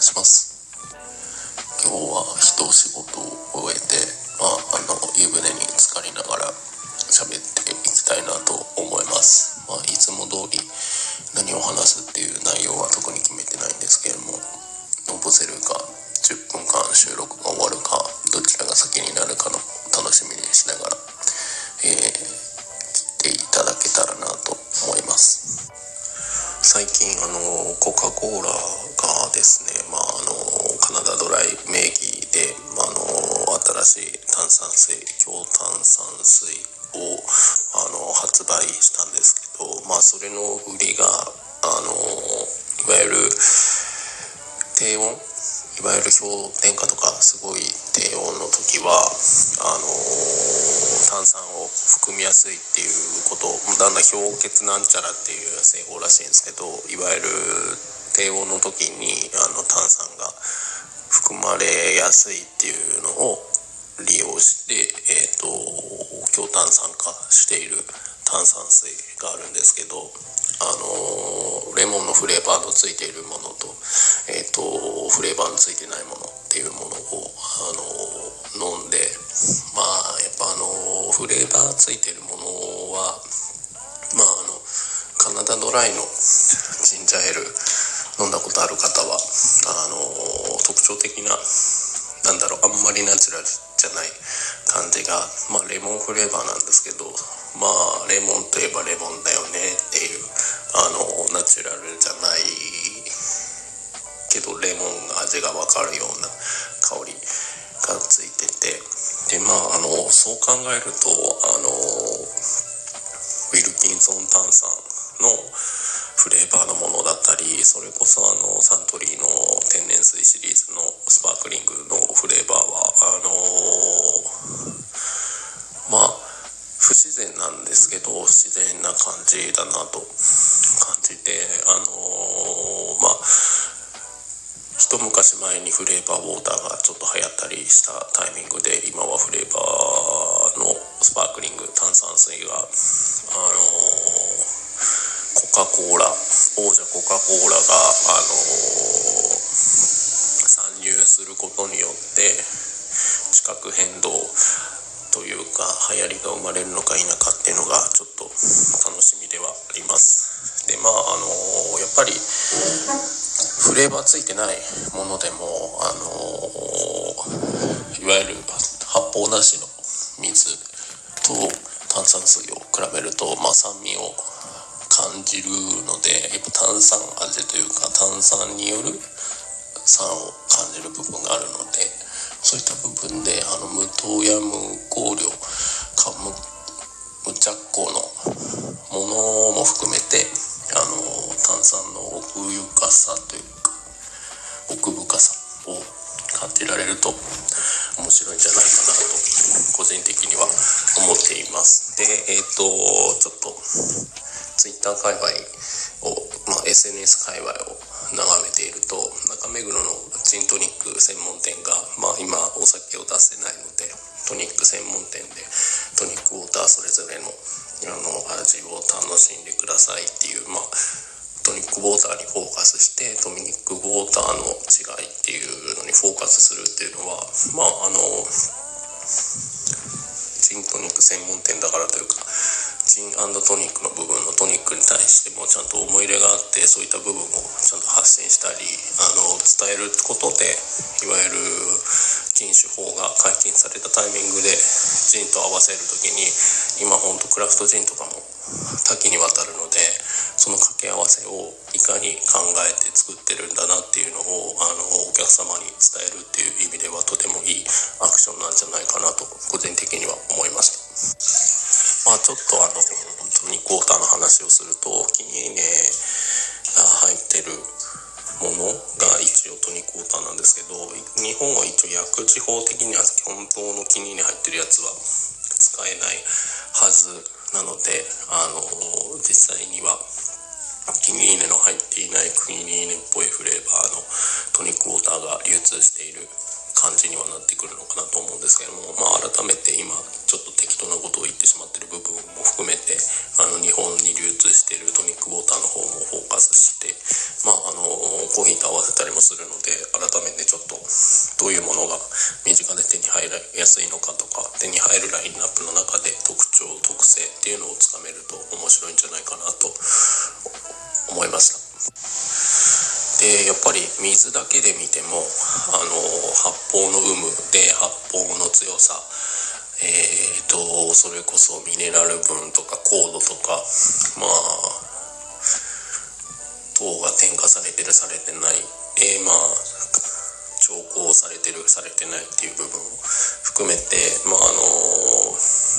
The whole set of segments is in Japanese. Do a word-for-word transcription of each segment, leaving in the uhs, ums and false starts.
します。今日は一仕事を終えて、まあ、あの湯船に浸かりながら喋っていきたいなと思います。まあ、いつも通り何を話すっていう内容は特に決めてないんですけれども、のぼせるかじゅっぷんかん収録が終わるかどちらが先になるかの楽しみにしながら、えー、聞いていただけたらなと思います。最近あのコカ・コーラがですね、まあ、あのカナダドライ名義で、まあ、あの新しい炭酸水強炭酸水をあの発売したんですけど、まあ、それの売りがあのいわゆる低温いわゆる氷点下とかすごい低温の時はあの炭酸を含みやすいっていうこと、だんだん氷結なんちゃらっていう製法らしいんですけど、いわゆる低温の時にあの炭酸が含まれやすいっていうのを利用して、えーと、強炭酸化している炭酸水があるんですけど、あのレモンのフレーバーのついているものと、えーと、フレーバーのついてないものっていうものを、あの飲んで、まあやっぱあのフレーバーついているものは、まああのカナダドライのジンジャーエール飲んだことある方はあの特徴的ななんだろうあんまりナチュラルじゃない感じが、まあレモンフレーバーなんですけど、まあレモンといえばレモンだよねっていうあのナチュラルじゃないけどレモンが味が分かるような香りがついてて、でまああのそう考えるとあのウィルキンソン炭酸のフレーバーのものだったり、それこそあのサントリーの天然水シリーズのスパークリングのフレーバーはあのー、まあ不自然なんですけど自然な感じだなと感じて、あのー、まあ一昔前にフレーバーウォーターがちょっと流行ったりしたタイミングで、今はフレーバーのスパークリング炭酸水があのーコカ・コーラ王者コカ・コーラが、あのー、参入することによって地殻変動というか流行りが生まれるのか否かっていうのがちょっと楽しみではあります。でまああのー、やっぱりフレーバーついてないものでも、あのー、いわゆる発泡なしの水と炭酸水を比べると、まあ、酸味を感じるので、やっぱ炭酸味というか炭酸による酸を感じる部分があるので、そういった部分であの無糖や無香料か 無, 無着香のものも含めてあの炭酸の奥ゆかさというか奥深さを感じられると面白いんじゃないかなと個人的には思っています。でえっ、ー、とちょっとツイッター界隈を、まあ、エスエヌエス 界隈を眺めていると、中目黒のジントニック専門店が、まあ、今お酒を出せないのでトニック専門店でトニックウォーターそれぞれの、あの味を楽しんでくださいっていう、まあ、トニックウォーターにフォーカスしてトニックウォーターの違いっていうのにフォーカスするっていうのは、まああのジントニック専門店だからというかジン&トニックの部分のトニックに対してもちゃんと思い入れがあって、そういった部分をちゃんと発信したりあの伝えることで、いわゆる禁酒法が解禁されたタイミングでジンと合わせるときに今ほんとクラフトジンとかも多岐にわたるので、その掛け合わせをいかに考えて作ってるんだなっていうのをあのお客様に伝えるっていう意味ではとてもいいアクションなんじゃないかなと個人的には思いました。まあちょっとあのトニックウォーターの話をすると、キニーネが入ってるものが一応トニックウォーターなんですけど、日本は一応薬事法的には本当のキニーネ入ってるやつは使えないはずなので、あの実際にはキニーネの入っていないキニーネっぽいフレーバーのトニックウォーターが流通している感じにはなってくるのかなと思うんですけども、まあ改めて今ちょっと適当なことを言ってしまっている部分も含めて、あの日本に流通しているトニックウォーターの方もフォーカスして、まああのコーヒーと合わせたりもするので、改どういうものが身近で手に入りやすいのかとか、手に入るラインナップの中で特徴特性っていうのをつかめると面白いんじゃないかなと思いました。でやっぱり水だけで見てもあの発泡の有無で発泡の強さ、えーとそれこそミネラル分とか硬度とか、まあ糖が添加されてるされてない、えー、まあ調香されてるされてないっていう部分を含めて、まああの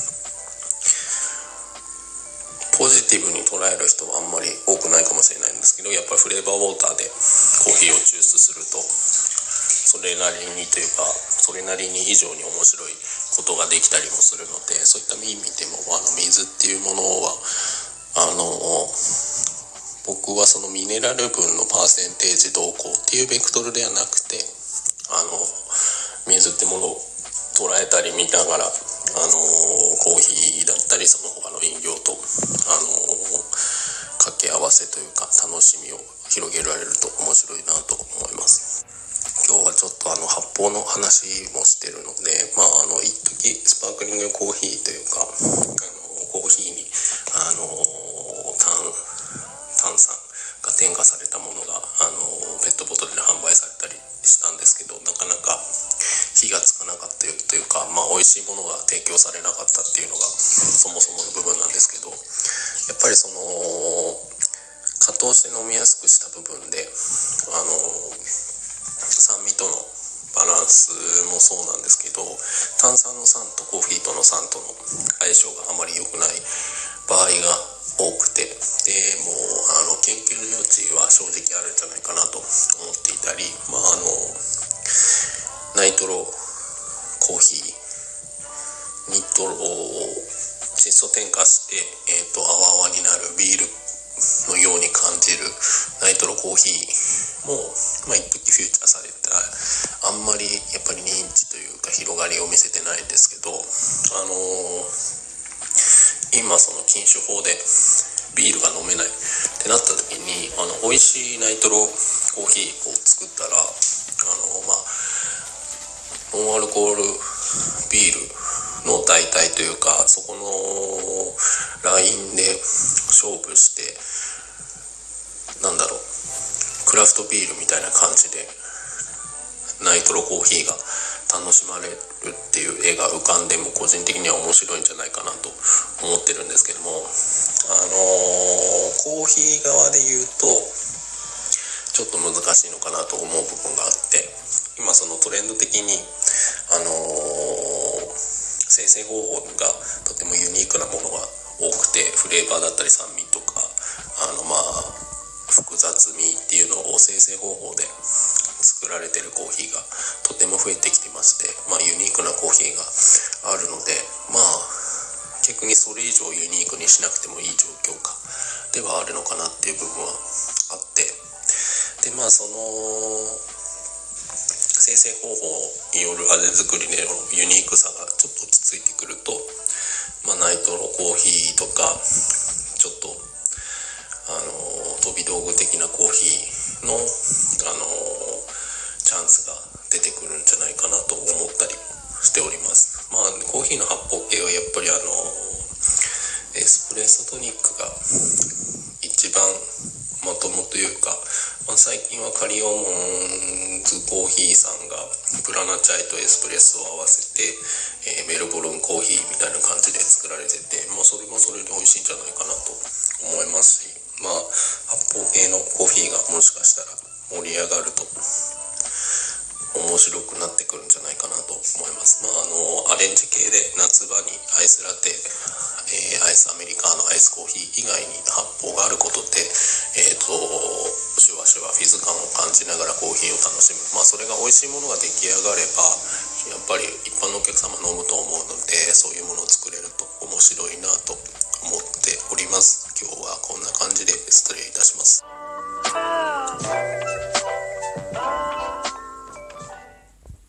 ポジティブに捉える人はあんまり多くないかもしれないんですけど、やっぱりフレーバーウォーターでコーヒーを抽出するとそれなりにというかそれなりに以上に面白いことができたりもするので、そういった意味でもあの水っていうものはあの僕はそのミネラル分のパーセンテージどうこうっていうベクトルではなくて、あの水ってものを捉えたり見ながら、あのコーヒーだったりその他の飲料と、あの掛け合わせというか楽しみを広げられると面白いなと思います。今日はちょっとあの発泡の話もしてるので、まああの一時スパークリングコーヒーというか、あのコーヒーにあの炭炭酸が添加されたものがあのペットボトルで販売されたりしたんですけど、なかなか火がつかなかったというか、まあ美味しいものが提供されなかったっていうのがそもそもの部分なんですけど、やっぱりその加糖して飲みやすくした部分であの酸味とのバランスもそうなんですけど、炭酸の酸とコーヒーとの酸との相性があまり良くない場合が多くて、でもうあの研究の余地は正直あるんじゃないかなと思っていたり、まああのナイトロコーヒーニトロを窒素添加して、えーと、泡々になるビールのように感じるナイトロコーヒーも、まあ、一時フューチャーされたあんまりやっぱり認知というか広がりを見せてないんですけど、あのー、今その禁酒法でビールが飲めないってなった時に、あの美味しいナイトロコーヒーを作ったら、あのまあノンアルコールビールの代替というか、そこのラインで勝負して、なんだろう、クラフトビールみたいな感じでナイトロコーヒーが楽しまれるっていう絵が浮かんでも個人的には面白いんじゃないかなと思ってるんですけども、あのー、コーヒー側で言うとちょっと難しいのかなと思う部分があって、今そのトレンド的にあのー、生成方法がとてもユニークなものが多くて、フレーバーだったり酸味とかあのまあ複雑味っていうのを生成方法で作られてるコーヒーがとても増えてきてまして、まあユニークなコーヒーがあるので、まあ逆にそれ以上ユニークにしなくてもいい状況下ではあるのかなっていう部分はあって、でまあその生成方法による味作りでのユニークさがちょっと落ち着いてくると、まあナイトロコーヒーとかちょっとあの飛び道具的なコーヒーの、あのチャンスが出てくるんじゃないかなと思ったりしております。まあコーヒーの発泡系はやっぱりあのエスプレッソトニックが一番まともというか、まあ、最近はカリオモンズコーヒーさんがプラナチャイとエスプレッソを合わせて、えー、メルボルンコーヒーみたいな感じで作られてて、まあ、それもそれで美味しいんじゃないかなと思いますし、まあ発泡系のコーヒーがもしかしたら盛り上がると面白くなってくるんじゃないかなと思います。まあ、あのアレンジ系で夏場にアイスラテ、えー、アイスアメリカのアイスコーヒー以外に発泡があることで、えーとシュワシュワフィズ感を感じながらコーヒーを楽しむ、まあそれが美味しいものが出来上がればやっぱり一般のお客様飲むと思うので、そういうものを作れると面白いなと思っております。今日はこんな感じで失礼いたします。